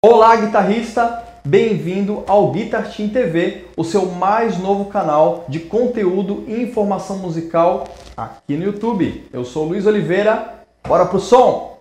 Olá, guitarrista! Bem-vindo ao Guitar Team TV, o seu mais novo canal de conteúdo e informação musical aqui no YouTube. Eu sou o Luiz Oliveira, bora pro som!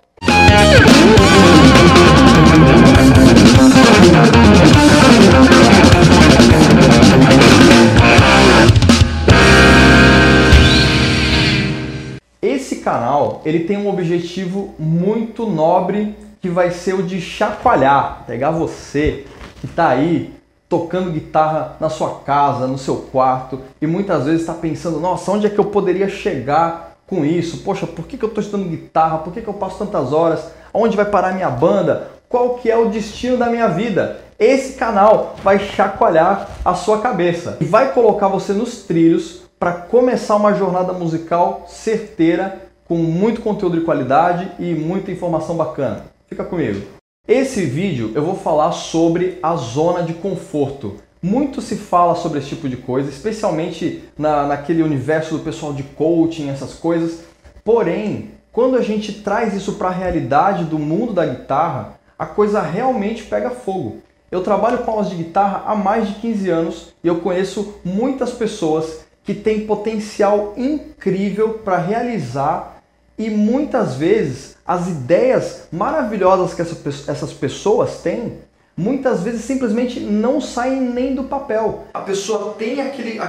Esse canal, ele tem um objetivo muito nobre, que vai ser o de chacoalhar, pegar você que está aí tocando guitarra na sua casa, no seu quarto, e muitas vezes está pensando, nossa, onde é que eu poderia chegar com isso? Poxa, por que eu estou estudando guitarra? Por que eu passo tantas horas? Onde vai parar minha banda? Qual que é o destino da minha vida? Esse canal vai chacoalhar a sua cabeça e vai colocar você nos trilhos para começar uma jornada musical certeira, com muito conteúdo de qualidade e muita informação bacana. Fica comigo. Esse vídeo eu vou falar sobre a zona de conforto. Muito se fala sobre esse tipo de coisa, especialmente naquele universo do pessoal de coaching, essas coisas. Porém, quando a gente traz isso para a realidade do mundo da guitarra, a coisa realmente pega fogo. Eu trabalho com aulas de guitarra há mais de 15 anos e eu conheço muitas pessoas que têm potencial incrível para realizar, e muitas vezes as ideias maravilhosas que essas pessoas têm, muitas vezes simplesmente não saem nem do papel. A pessoa tem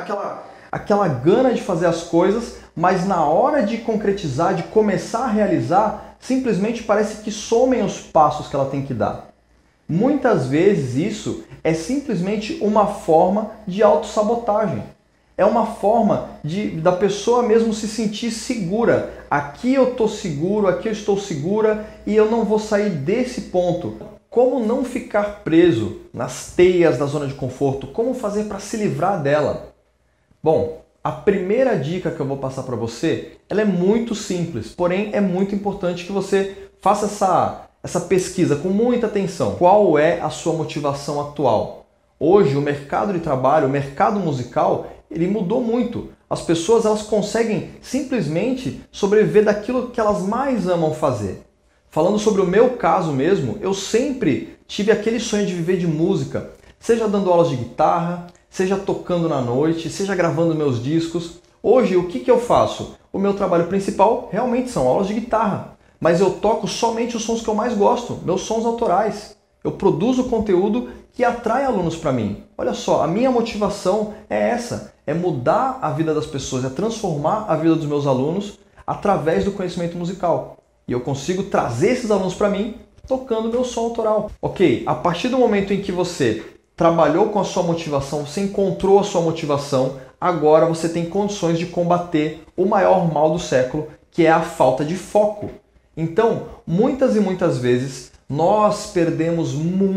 aquela gana de fazer as coisas, mas na hora de concretizar, de começar a realizar, simplesmente parece que somem os passos que ela tem que dar. Muitas vezes isso é simplesmente uma forma de autossabotagem. É uma forma da pessoa mesmo se sentir segura. Aqui eu estou seguro, aqui eu estou segura e eu não vou sair desse ponto. Como não ficar preso nas teias da zona de conforto? Como fazer para se livrar dela? Bom, a primeira dica que eu vou passar para você, ela é muito simples, porém é muito importante que você faça essa pesquisa com muita atenção. Qual é a sua motivação atual? Hoje o mercado de trabalho, o mercado musical, ele mudou muito. As pessoas elas conseguem simplesmente sobreviver daquilo que elas mais amam fazer. Falando sobre o meu caso mesmo, eu sempre tive aquele sonho de viver de música, seja dando aulas de guitarra, seja tocando na noite, seja gravando meus discos. Hoje, o que eu faço? O meu trabalho principal realmente são aulas de guitarra, mas eu toco somente os sons que eu mais gosto, meus sons autorais. Eu produzo conteúdo que atrai alunos para mim. Olha só, a minha motivação é essa, é mudar a vida das pessoas, é transformar a vida dos meus alunos através do conhecimento musical. E eu consigo trazer esses alunos para mim tocando meu som autoral. Ok, a partir do momento em que você trabalhou com a sua motivação, você encontrou a sua motivação, agora você tem condições de combater o maior mal do século, que é a falta de foco. Então, muitas e muitas vezes, nós perdemos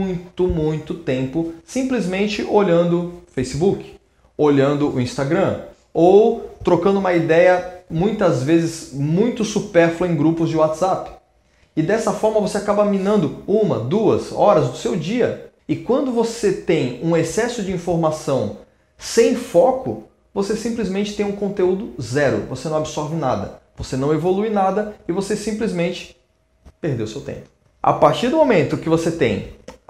muito tempo simplesmente olhando Facebook, olhando o Instagram ou trocando uma ideia muitas vezes muito supérflua em grupos de WhatsApp. E dessa forma você acaba minando 1, 2 horas do seu dia. E quando você tem um excesso de informação sem foco, você simplesmente tem um conteúdo zero, você não absorve nada, você não evolui nada e você simplesmente perdeu seu tempo. A partir do momento que você tem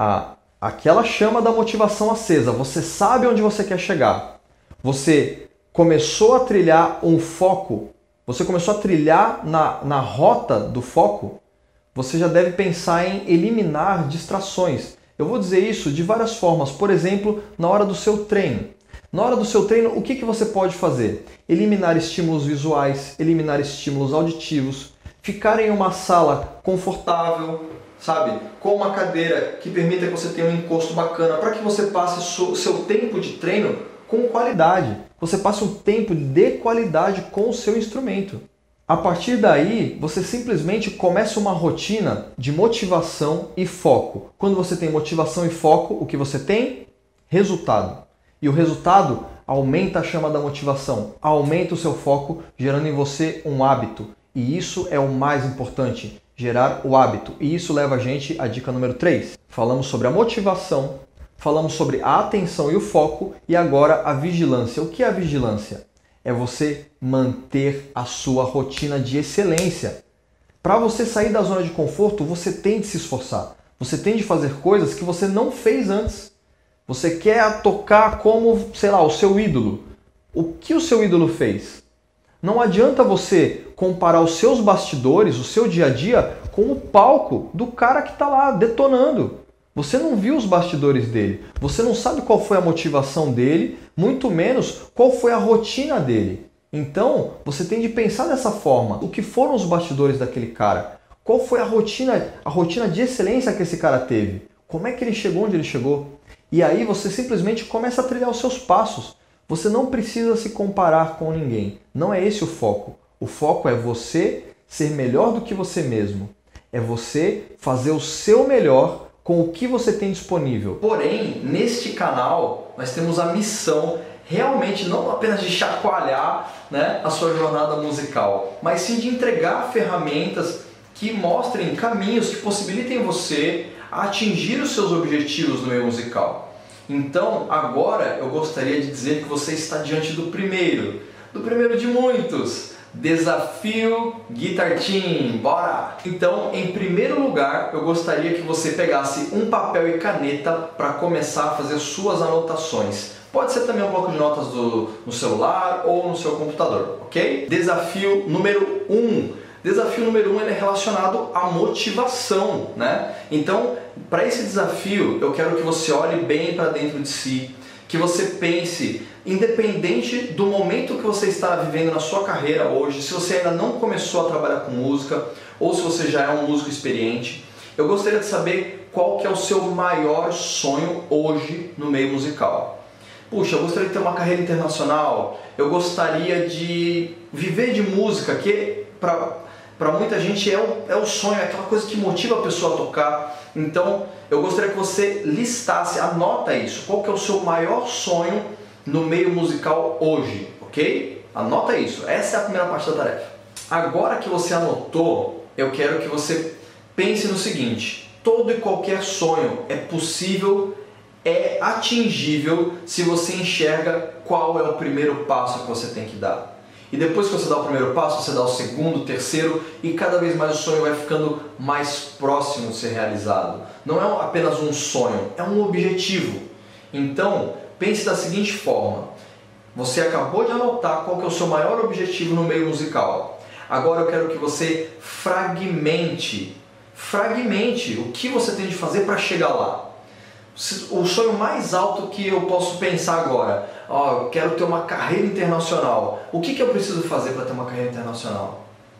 aquela chama da motivação acesa, você sabe onde você quer chegar, você começou a trilhar um foco, você começou a trilhar na rota do foco, você já deve pensar em eliminar distrações. Eu vou dizer isso de várias formas, por exemplo, na hora do seu treino. Na hora do seu treino, o que você pode fazer? Eliminar estímulos visuais, eliminar estímulos auditivos, ficar em uma sala confortável, sabe? Com uma cadeira que permita que você tenha um encosto bacana, para que você passe o seu tempo de treino com qualidade. Você passe um tempo de qualidade com o seu instrumento. A partir daí, você simplesmente começa uma rotina de motivação e foco. Quando você tem motivação e foco, o que você tem? Resultado. E o resultado aumenta a chama da motivação, aumenta o seu foco, gerando em você um hábito. E isso é o mais importante, gerar o hábito. E isso leva a gente à dica número 3. Falamos sobre a motivação, falamos sobre a atenção e o foco, e agora a vigilância. O que é a vigilância? É você manter a sua rotina de excelência. Para você sair da zona de conforto, você tem de se esforçar. Você tem de fazer coisas que você não fez antes. Você quer tocar como, sei lá, o seu ídolo. O que o seu ídolo fez? Não adianta você comparar os seus bastidores, o seu dia a dia, com o palco do cara que está lá detonando. Você não viu os bastidores dele. Você não sabe qual foi a motivação dele, muito menos qual foi a rotina dele. Então, você tem de pensar dessa forma. O que foram os bastidores daquele cara? Qual foi a rotina de excelência que esse cara teve? Como é que ele chegou onde ele chegou? E aí você simplesmente começa a trilhar os seus passos. Você não precisa se comparar com ninguém. Não é esse o foco. O foco é você ser melhor do que você mesmo. É você fazer o seu melhor com o que você tem disponível. Porém, neste canal, nós temos a missão realmente não apenas de chacoalhar, né, a sua jornada musical, mas sim de entregar ferramentas que mostrem caminhos que possibilitem você atingir os seus objetivos no meio musical. Então, agora eu gostaria de dizer que você está diante do primeiro de muitos, Desafio Guitar Team. Bora! Então, em primeiro lugar, eu gostaria que você pegasse um papel e caneta para começar a fazer suas anotações. Pode ser também um bloco de notas no celular ou no seu computador, ok? Desafio número 1. Desafio número 1 ele é relacionado à motivação, né? Então, para esse desafio, eu quero que você olhe bem para dentro de si, que você pense, independente do momento que você está vivendo na sua carreira hoje, se você ainda não começou a trabalhar com música ou se você já é um músico experiente, eu gostaria de saber qual que é o seu maior sonho hoje no meio musical. Puxa, eu gostaria de ter uma carreira internacional, eu gostaria de viver de música, que para muita gente é o sonho, é aquela coisa que motiva a pessoa a tocar. Então, eu gostaria que você listasse, anota isso, qual que é o seu maior sonho no meio musical hoje, ok? Anota isso, essa é a primeira parte da tarefa. Agora que você anotou, eu quero que você pense no seguinte: todo e qualquer sonho é possível, é atingível se você enxerga qual é o primeiro passo que você tem que dar. E depois que você dá o primeiro passo, você dá o segundo, o terceiro, e cada vez mais o sonho vai ficando mais próximo de ser realizado. Não é apenas um sonho, é um objetivo. Então, pense da seguinte forma: você acabou de anotar qual que é o seu maior objetivo no meio musical. Agora eu quero que você fragmente o que você tem de fazer para chegar lá. O sonho mais alto que eu posso pensar agora: eu quero ter uma carreira internacional. O que eu preciso fazer para ter uma carreira internacional?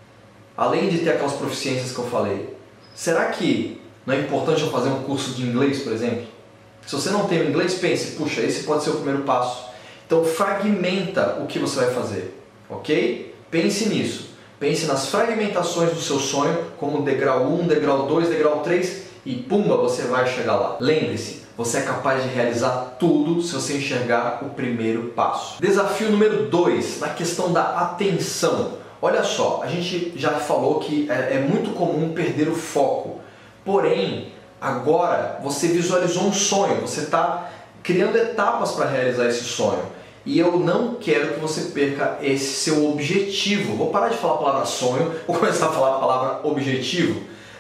Além de ter aquelas proficiências que eu falei, será que não é importante eu fazer um curso de inglês, por exemplo? Se você não tem o inglês, pense, puxa, esse pode ser o primeiro passo. Então fragmenta o que você vai fazer, ok? Pense nisso. Pense nas fragmentações do seu sonho, como degrau 1, degrau 2, degrau 3, e pumba, você vai chegar lá. Lembre-se, você é capaz de realizar tudo se você enxergar o primeiro passo. Desafio número 2, na questão da atenção. Olha só, a gente já falou que é muito comum perder o foco. Porém, agora você visualizou um sonho, você está criando etapas para realizar esse sonho. E eu não quero que você perca esse seu objetivo. Vou parar de falar a palavra sonho, vou começar a falar a palavra objetivo.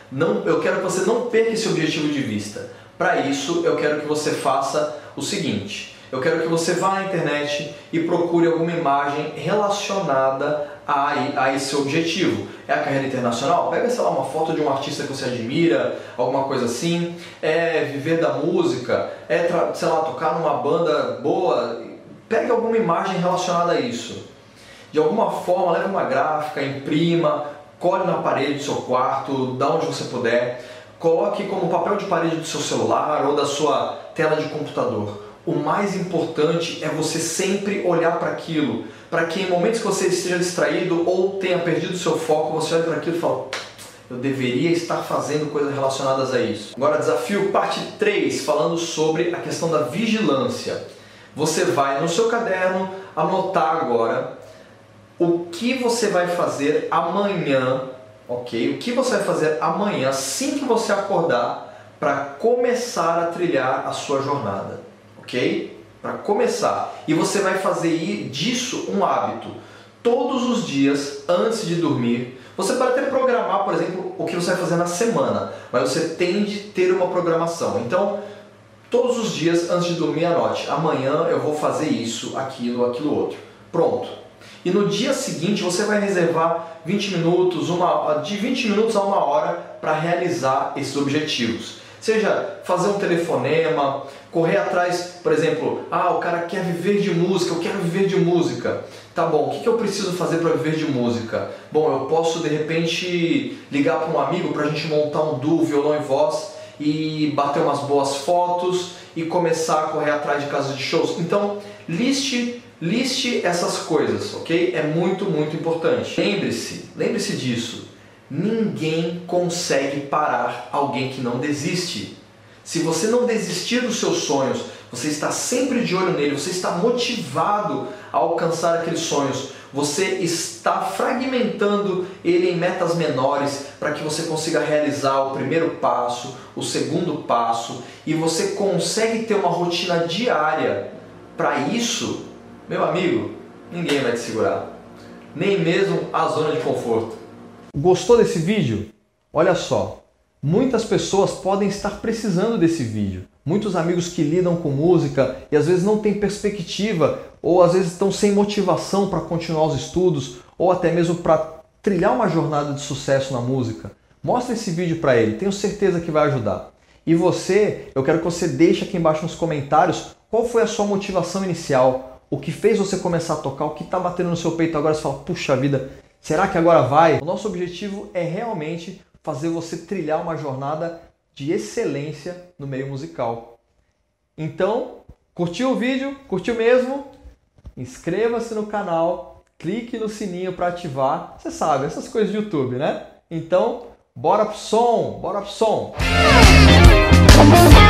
Eu quero que você não perca esse objetivo de vista. Para isso, eu quero que você faça o seguinte: eu quero que você vá na internet e procure alguma imagem relacionada a esse objetivo. É a carreira internacional? Pega, sei lá, uma foto de um artista que você admira, alguma coisa assim. É viver da música? É, sei lá, tocar numa banda boa? Pegue alguma imagem relacionada a isso. De alguma forma, leve uma gráfica, imprima, cole na parede do seu quarto, da onde você puder. Coloque como papel de parede do seu celular ou da sua tela de computador. O mais importante é você sempre olhar para aquilo, para que em momentos que você esteja distraído ou tenha perdido o seu foco, você olhe para aquilo e fala: eu deveria estar fazendo coisas relacionadas a isso. Agora, desafio parte 3, falando sobre a questão da vigilância. Você vai no seu caderno anotar agora o que você vai fazer amanhã, ok? O que você vai fazer amanhã, assim que você acordar, para começar a trilhar a sua jornada, ok? Para começar. E você vai fazer disso um hábito. Todos os dias, antes de dormir, Você pode até programar, por exemplo, o que você vai fazer na semana, mas você tem de ter uma programação. Então, todos os dias, antes de dormir, anote: amanhã eu vou fazer isso, aquilo, aquilo outro. Pronto. E no dia seguinte você vai reservar 20 minutos, de 20 minutos a 1 hora para realizar esses objetivos. Seja fazer um telefonema, correr atrás, por exemplo, o cara quer viver de música, eu quero viver de música. Tá bom, o que eu preciso fazer para viver de música? Bom, eu posso de repente ligar para um amigo para a gente montar um duo, violão e voz, e bater umas boas fotos e começar a correr atrás de casas de shows. Então, liste essas coisas, ok? É muito, muito importante. Lembre-se disso. Ninguém consegue parar alguém que não desiste. Se você não desistir dos seus sonhos, você está sempre de olho nele, você está motivado a alcançar aqueles sonhos, você está fragmentando ele em metas menores para que você consiga realizar o primeiro passo, o segundo passo, e você consegue ter uma rotina diária. Para isso, meu amigo, ninguém vai te segurar, nem mesmo a zona de conforto. Gostou desse vídeo? Olha só, muitas pessoas podem estar precisando desse vídeo. Muitos amigos que lidam com música e às vezes não têm perspectiva, ou às vezes estão sem motivação para continuar os estudos, ou até mesmo para trilhar uma jornada de sucesso na música. Mostra esse vídeo para ele, tenho certeza que vai ajudar. E você, eu quero que você deixe aqui embaixo nos comentários qual foi a sua motivação inicial, o que fez você começar a tocar, o que está batendo no seu peito agora, você fala: puxa vida, será que agora vai? O nosso objetivo é realmente fazer você trilhar uma jornada de excelência no meio musical. Então, curtiu o vídeo? Curtiu mesmo? Inscreva-se no canal, clique no sininho para ativar. Você sabe, essas coisas de YouTube, né? Então, bora pro som! Bora pro som!